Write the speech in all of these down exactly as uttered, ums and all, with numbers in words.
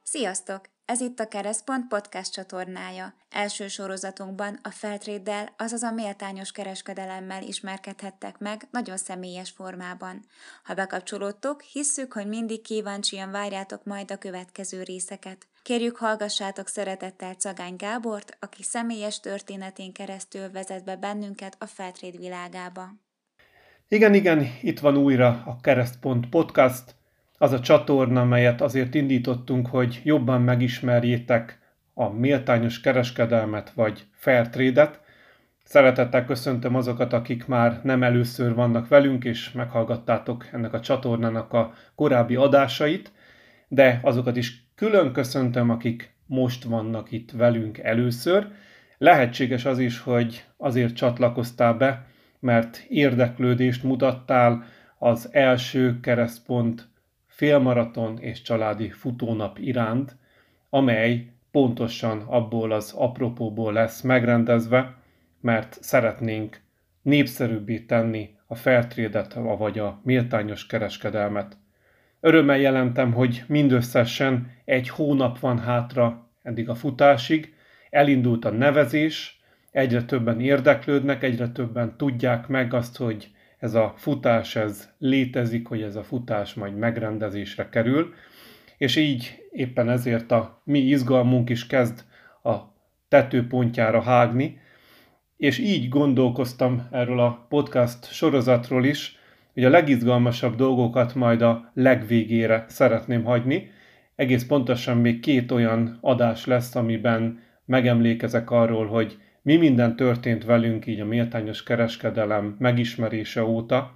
Sziasztok! Ez itt a Keresztpont podcast csatornája. Első sorozatunkban a Fairtrade-del, azaz a méltányos kereskedelemmel ismerkedhettek meg nagyon személyes formában. Ha bekapcsolódtok, hisszük, hogy mindig kíváncsian várjátok majd a következő részeket. Kérjük, hallgassátok szeretettel Cagány Gábort, aki személyes történetén keresztül vezet be bennünket a Fairtrade világába. Igen, igen, itt van újra a Keresztpont podcast, az a csatorna, melyet azért indítottunk, hogy jobban megismerjétek a méltányos kereskedelmet vagy Fairtrade-et. Szeretettel köszöntöm azokat, akik már nem először vannak velünk, és meghallgattátok ennek a csatornának a korábbi adásait, de azokat is külön köszöntöm, akik most vannak itt velünk először. Lehetséges az is, hogy azért csatlakoztál be, mert érdeklődést mutattál az első Keresztpont félmaraton és családi futónap iránt, amely pontosan abból az apropóból lesz megrendezve, mert szeretnénk népszerűbbé tenni a Fairtrade-et, vagy a méltányos kereskedelmet. Örömmel jelentem, hogy mindösszesen egy hónap van hátra eddig a futásig, elindult a nevezés, egyre többen érdeklődnek, egyre többen tudják meg azt, hogy ez a futás ez létezik, hogy ez a futás majd megrendezésre kerül, és így éppen ezért a mi izgalmunk is kezd a tetőpontjára hágni, és így gondolkoztam erről a podcast sorozatról is, hogy a legizgalmasabb dolgokat majd a legvégére szeretném hagyni. Egész pontosan még két olyan adás lesz, amiben megemlékezek arról, hogy mi minden történt velünk így a méltányos kereskedelem megismerése óta,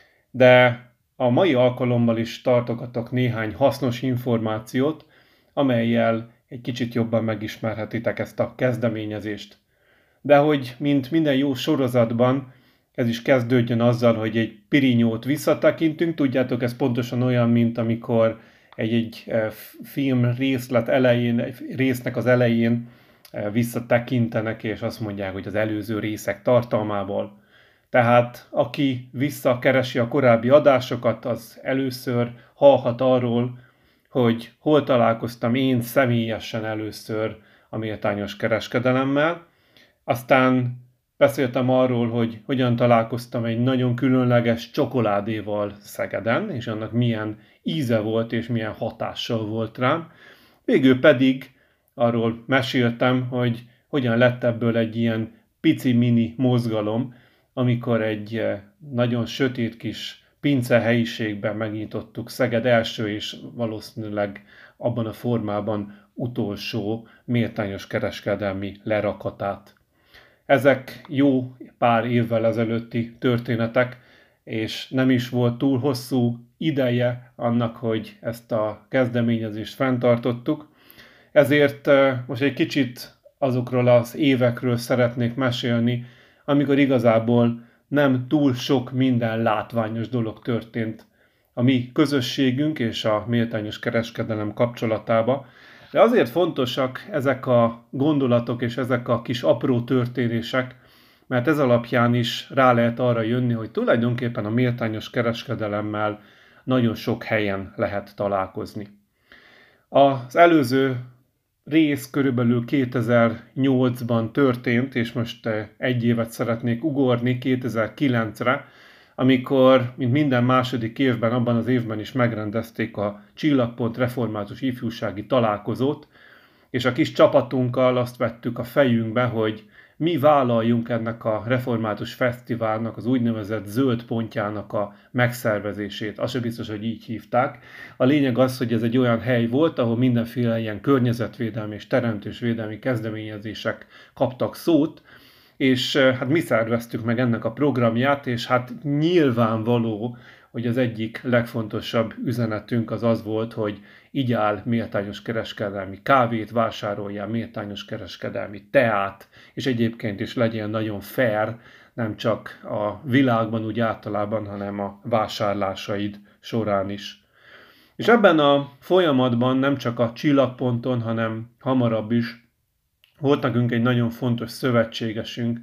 de a mai alkalommal is tartogatok néhány hasznos információt, amellyel egy kicsit jobban megismerhetitek ezt a kezdeményezést. De hogy, mint minden jó sorozatban, ez is kezdődjön azzal, hogy egy pirinyót visszatekintünk. Tudjátok, ez pontosan olyan, mint amikor egy-egy film részlet elején, egy résznek az elején visszatekintenek, és azt mondják, hogy az előző részek tartalmából. Tehát aki visszakeresi a korábbi adásokat, az először hallhat arról, hogy hol találkoztam én személyesen először a méltányos kereskedelemmel. Aztán beszéltem arról, hogy hogyan találkoztam egy nagyon különleges csokoládéval Szegeden, és annak milyen íze volt és milyen hatással volt rám. Végül pedig arról meséltem, hogy hogyan lett ebből egy ilyen pici-mini mozgalom, amikor egy nagyon sötét kis pince helyiségben megnyitottuk Szeged első és valószínűleg abban a formában utolsó méltányos kereskedelmi lerakatát. Ezek jó pár évvel ezelőtti történetek, és nem is volt túl hosszú ideje annak, hogy ezt a kezdeményezést fenntartottuk. Ezért most egy kicsit azokról az évekről szeretnék mesélni, amikor igazából nem túl sok minden látványos dolog történt a mi közösségünk és a méltányos kereskedelem kapcsolatába. De azért fontosak ezek a gondolatok és ezek a kis apró történések, mert ez alapján is rá lehet arra jönni, hogy tulajdonképpen a méltányos kereskedelemmel nagyon sok helyen lehet találkozni. Az előző rész körülbelül kétezer-nyolcban történt, és most egy évet szeretnék ugorni kétezer-kilencre, amikor, mint minden második évben, abban az évben is megrendezték a Csillagpont Református Ifjúsági Találkozót, és a kis csapatunkkal azt vettük a fejünkbe, hogy mi vállaljunk ennek a református fesztiválnak, az úgynevezett zöld pontjának a megszervezését. Az sem biztos, hogy így hívták. A lényeg az, hogy ez egy olyan hely volt, ahol mindenféle ilyen környezetvédelmi és teremtésvédelmi kezdeményezések kaptak szót, és hát mi szerveztük meg ennek a programját, és hát nyilvánvaló, hogy az egyik legfontosabb üzenetünk az az volt, hogy igyál méltányos kereskedelmi kávét, vásároljál méltányos kereskedelmi teát, és egyébként is legyen nagyon fair, nem csak a világban úgy általában, hanem a vásárlásaid során is. És ebben a folyamatban nem csak a Csillagponton, hanem hamarabb is volt nekünk egy nagyon fontos szövetségesünk,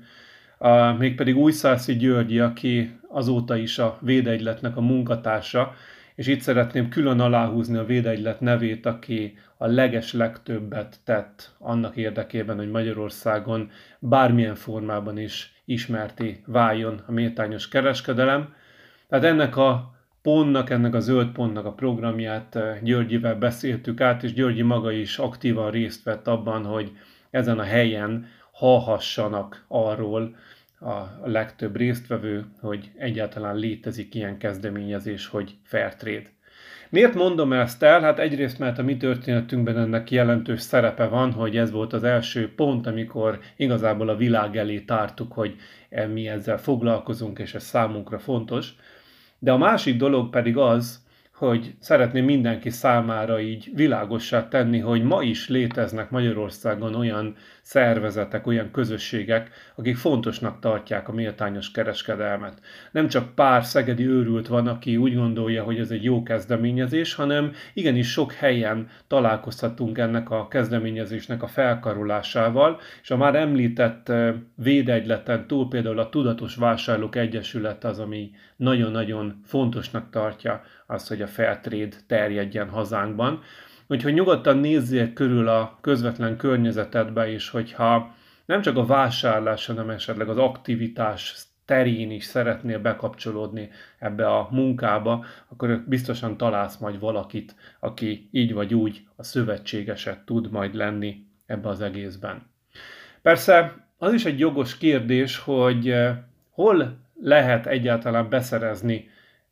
mégpedig Újszászi Györgyi, aki azóta is a Védegyletnek a munkatársa, és itt szeretném külön aláhúzni a Védegylet nevét, aki a leges legtöbbet tett annak érdekében, hogy Magyarországon bármilyen formában is ismerté váljon a méltányos kereskedelem. Tehát ennek a pontnak, ennek a zöld pontnak a programját Györgyivel beszéltük át, és Györgyi maga is aktívan részt vett abban, hogy ezen a helyen hallhassanak arról a legtöbb résztvevő, hogy egyáltalán létezik ilyen kezdeményezés, hogy Fairtrade. Miért mondom ezt el? Hát egyrészt, mert a mi történetünkben ennek jelentős szerepe van, hogy ez volt az első pont, amikor igazából a világ elé tártuk, hogy mi ezzel foglalkozunk, és ez számunkra fontos. De a másik dolog pedig az, hogy szeretném mindenki számára így világossá tenni, hogy ma is léteznek Magyarországon olyan szervezetek, olyan közösségek, akik fontosnak tartják a méltányos kereskedelmet. Nem csak pár szegedi őrült van, aki úgy gondolja, hogy ez egy jó kezdeményezés, hanem igenis sok helyen találkozhatunk ennek a kezdeményezésnek a felkarolásával, és a már említett Védegyleten túl például a Tudatos Vásárlók Egyesület az, ami nagyon-nagyon fontosnak tartja azt, hogy a Fairtrade terjedjen hazánkban. Úgyhogy nyugodtan nézzél körül a közvetlen környezetedbe is, hogyha nem csak a vásárlás, hanem esetleg az aktivitás terén is szeretnél bekapcsolódni ebbe a munkába, akkor biztosan találsz majd valakit, aki így vagy úgy a szövetségeset tud majd lenni ebbe az egészben. Persze az is egy jogos kérdés, hogy hol lehet egyáltalán beszerezni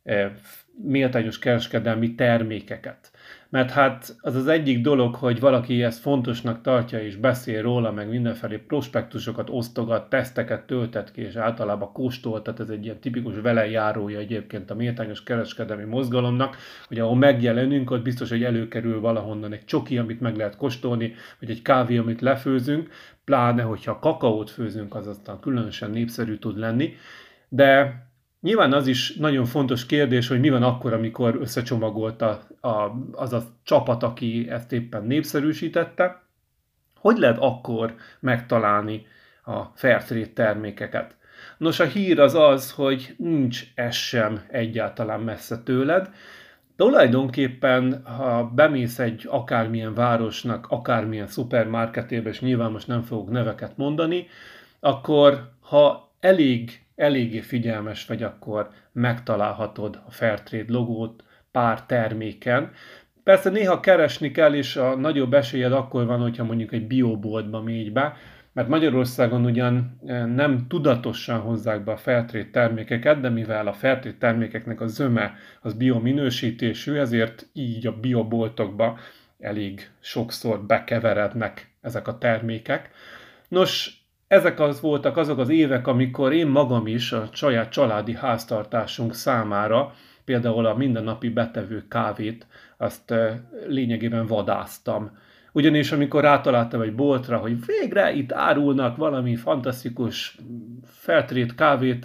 méltányos kereskedelmi termékeket. Mert hát az az egyik dolog, hogy valaki ezt fontosnak tartja és beszél róla, meg mindenfelé prospektusokat osztogat, teszteket töltet ki, és általában kóstol, tehát ez egy ilyen tipikus velejárója egyébként a méltányos kereskedelmi mozgalomnak, hogy ahol megjelenünk, ott biztos, hogy előkerül valahonnan egy csoki, amit meg lehet kóstolni, vagy egy kávé, amit lefőzünk, pláne, hogyha kakaót főzünk, az aztán különösen népszerű tud lenni, de nyilván az is nagyon fontos kérdés, hogy mi van akkor, amikor összecsomagolta a, az a csapat, aki ezt éppen népszerűsítette. Hogy lehet akkor megtalálni a Fairtrade termékeket? Nos, a hír az az, hogy nincs ez sem egyáltalán messze tőled. Tulajdonképpen, ha bemész egy akármilyen városnak, akármilyen szupermarketébe, és nyilván most nem fogok neveket mondani, akkor ha elég eléggé figyelmes vagy, akkor megtalálhatod a Fairtrade logót pár terméken. Persze néha keresni kell, és a nagyobb esélyed akkor van, hogyha mondjuk egy bioboltba mégy be, mert Magyarországon ugyan nem tudatosan hozzák be a Fairtrade termékeket, de mivel a Fairtrade termékeknek a zöme az biominősítésű, ezért így a bioboltokba elég sokszor bekeverednek ezek a termékek. Nos, ezek az voltak azok az évek, amikor én magam is a saját családi háztartásunk számára, például a mindennapi betevő kávét, azt lényegében vadásztam. Ugyanis amikor rátaláltam egy boltra, hogy végre itt árulnak valami fantasztikus Fairtrade kávét,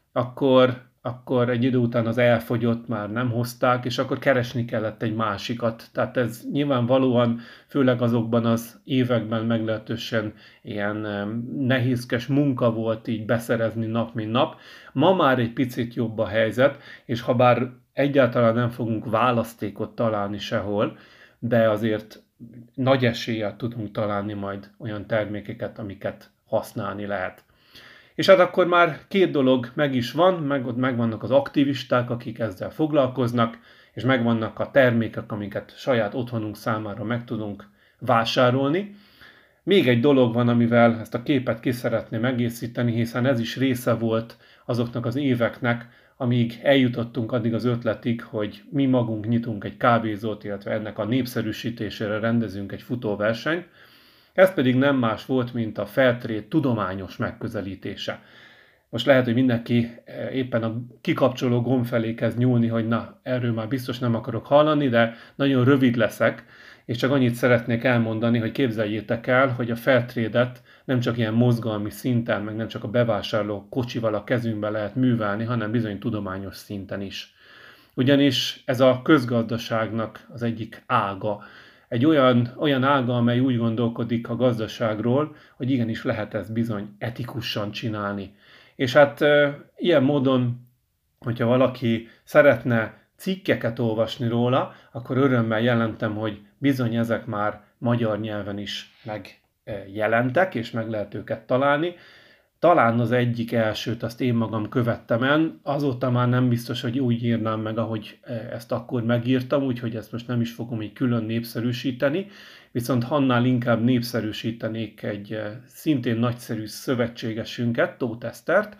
akkor, akkor egy idő után az elfogyott, már nem hozták, és akkor keresni kellett egy másikat. Tehát ez nyilvánvalóan, főleg azokban az években meglehetősen ilyen nehézkes munka volt így beszerezni nap mint nap. Ma már egy picit jobb a helyzet, és ha bár egyáltalán nem fogunk választékot találni sehol, de azért nagy eséllyel tudunk találni majd olyan termékeket, amiket használni lehet. És hát akkor már két dolog meg is van, meg ott megvannak az aktivisták, akik ezzel foglalkoznak, és megvannak a termékek, amiket saját otthonunk számára meg tudunk vásárolni. Még egy dolog van, amivel ezt a képet ki szeretném egészíteni, hiszen ez is része volt azoknak az éveknek, amíg eljutottunk addig az ötletig, hogy mi magunk nyitunk egy kávézót, illetve ennek a népszerűsítésére rendezünk egy futóversenyt. Ez pedig nem más volt, mint a Fairtrade tudományos megközelítése. Most lehet, hogy mindenki éppen a kikapcsoló gomb felé kezd nyúlni, hogy na, erről már biztos nem akarok hallani, de nagyon rövid leszek, és csak annyit szeretnék elmondani, hogy képzeljétek el, hogy a Fairtrade-et nem csak ilyen mozgalmi szinten, meg nem csak a bevásárló kocsival a kezünkbe lehet művelni, hanem bizony tudományos szinten is. Ugyanis ez a közgazdaságnak az egyik ága. Egy olyan, olyan ága, amely úgy gondolkodik a gazdaságról, hogy igenis lehet ezt bizony etikusan csinálni. És hát e, ilyen módon, hogyha valaki szeretne cikkeket olvasni róla, akkor örömmel jelentem, hogy bizony ezek már magyar nyelven is megjelentek, és meg lehet őket találni. Talán az egyik elsőt azt én magam követtem el, azóta már nem biztos, hogy úgy írnám meg, ahogy ezt akkor megírtam, úgyhogy ezt most nem is fogom így külön népszerűsíteni, viszont annál inkább népszerűsítenék egy szintén nagyszerű szövetségesünket, Tóth Esztert,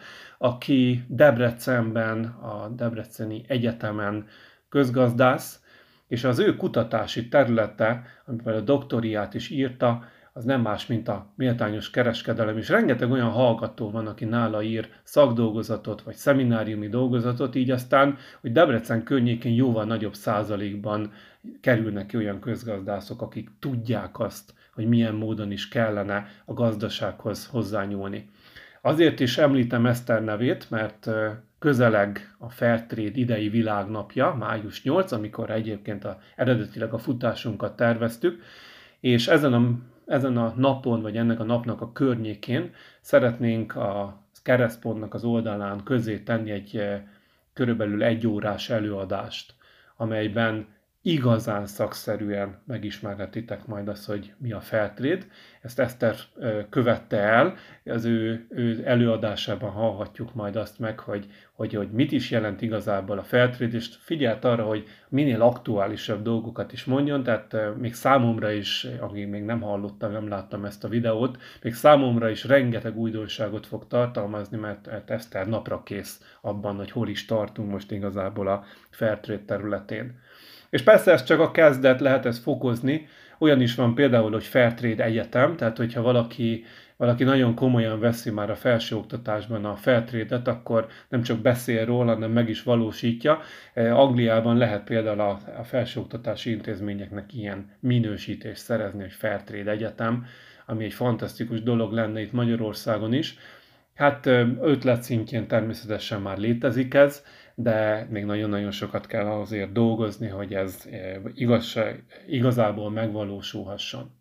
aki Debrecenben, a Debreceni Egyetemen közgazdász, és az ő kutatási területe, amivel a doktoriát is írta, az nem más, mint a méltányos kereskedelem, és rengeteg olyan hallgató van, aki nála ír szakdolgozatot, vagy szemináriumi dolgozatot, így aztán, hogy Debrecen környékén jóval nagyobb százalékban kerülnek ki olyan közgazdászok, akik tudják azt, hogy milyen módon is kellene a gazdasághoz hozzányúlni. Azért is említem Eszter nevét, mert közeleg a Fairtrade idei világnapja, május nyolcadika, amikor egyébként a, eredetileg a futásunkat terveztük, és ezen a Ezen a napon, vagy ennek a napnak a környékén szeretnénk a Keresztpontnak az oldalán közé tenni egy körülbelül egy órás előadást, amelyben igazán szakszerűen megismerhetitek majd azt, hogy mi a Fairtrade. Ezt Eszter követte el, az ő, ő előadásában hallhatjuk majd azt meg, hogy, hogy, hogy mit is jelent igazából a Fairtrade, és figyelt arra, hogy minél aktuálisabb dolgokat is mondjon, tehát még számomra is, aki még nem hallottam, nem láttam ezt a videót, még számomra is rengeteg újdonságot fog tartalmazni, mert Eszter napra kész abban, hogy hol is tartunk most igazából a Fairtrade területén. És persze ez csak a kezdet, lehet ezt fokozni. Olyan is van például, hogy Fairtrade Egyetem, tehát hogyha valaki, valaki nagyon komolyan veszi már a felsőoktatásban a Fairtrade-et, akkor nem csak beszél róla, hanem meg is valósítja. Angliában lehet például a, a felsőoktatási intézményeknek ilyen minősítést szerezni, hogy Fairtrade Egyetem, ami egy fantasztikus dolog lenne itt Magyarországon is. Hát ötlet szintjén természetesen már létezik ez, de még nagyon-nagyon sokat kell azért dolgozni, hogy ez igaz, igazából megvalósulhasson.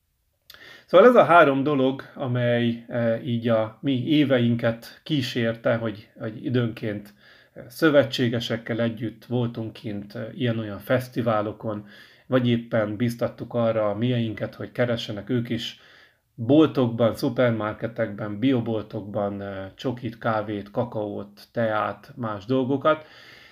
Szóval ez a három dolog, amely így a mi éveinket kísérte, hogy, hogy időnként szövetségesekkel együtt voltunk kint ilyen-olyan fesztiválokon, vagy éppen biztattuk arra a mieinket, hogy keressenek ők is boltokban, szupermarketekben, bioboltokban csokit, kávét, kakaót, teát, más dolgokat.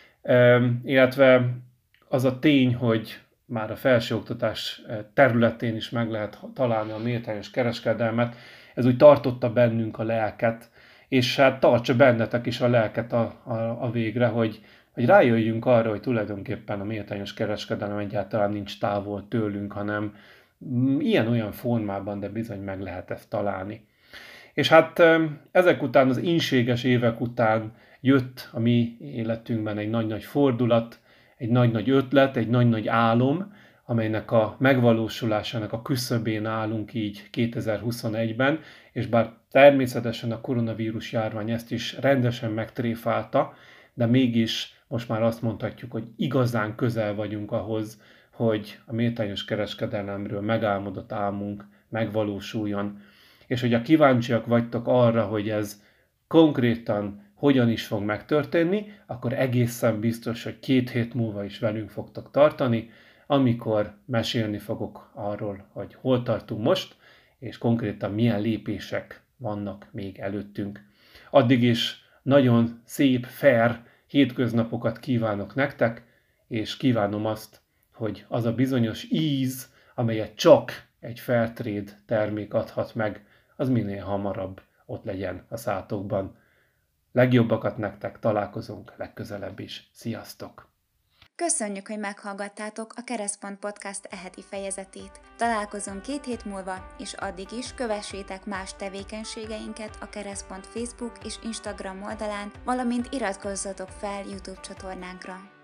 Illetve az a tény, hogy már a felsőoktatás területén is meg lehet találni a méltányos kereskedelmet, ez úgy tartotta bennünk a lelket, és hát tartsa bennetek is a lelket a, a, a végre, hogy, hogy rájöjjünk arra, hogy tulajdonképpen a méltányos kereskedelem egyáltalán nincs távol tőlünk, hanem ilyen-olyan formában, de bizony meg lehet ezt találni. És hát ezek után, az ínséges évek után jött a mi életünkben egy nagy-nagy fordulat, egy nagy-nagy ötlet, egy nagy-nagy álom, amelynek a megvalósulásának a küszöbén állunk így kétezer-huszonegyben, és bár természetesen a koronavírus járvány ezt is rendesen megtréfálta, de mégis most már azt mondhatjuk, hogy igazán közel vagyunk ahhoz, hogy a méltányos kereskedelemről megálmodott álmunk megvalósuljon. És hogyha kíváncsiak vagytok arra, hogy ez konkrétan hogyan is fog megtörténni, akkor egészen biztos, hogy két hét múlva is velünk fogtok tartani, amikor mesélni fogok arról, hogy hol tartunk most, és konkrétan milyen lépések vannak még előttünk. Addig is nagyon szép, fair hétköznapokat kívánok nektek, és kívánom azt, hogy az a bizonyos íz, amelyet csak egy Fairtrade termék adhat meg, az minél hamarabb ott legyen a szátokban. Legjobbakat nektek, találkozunk legközelebb is. Sziasztok! Köszönjük, hogy meghallgattátok a Keresztpont Podcast eheti fejezetét. Találkozunk két hét múlva, és addig is kövessétek más tevékenységeinket a Keresztpont Facebook és Instagram oldalán, valamint iratkozzatok fel YouTube csatornánkra.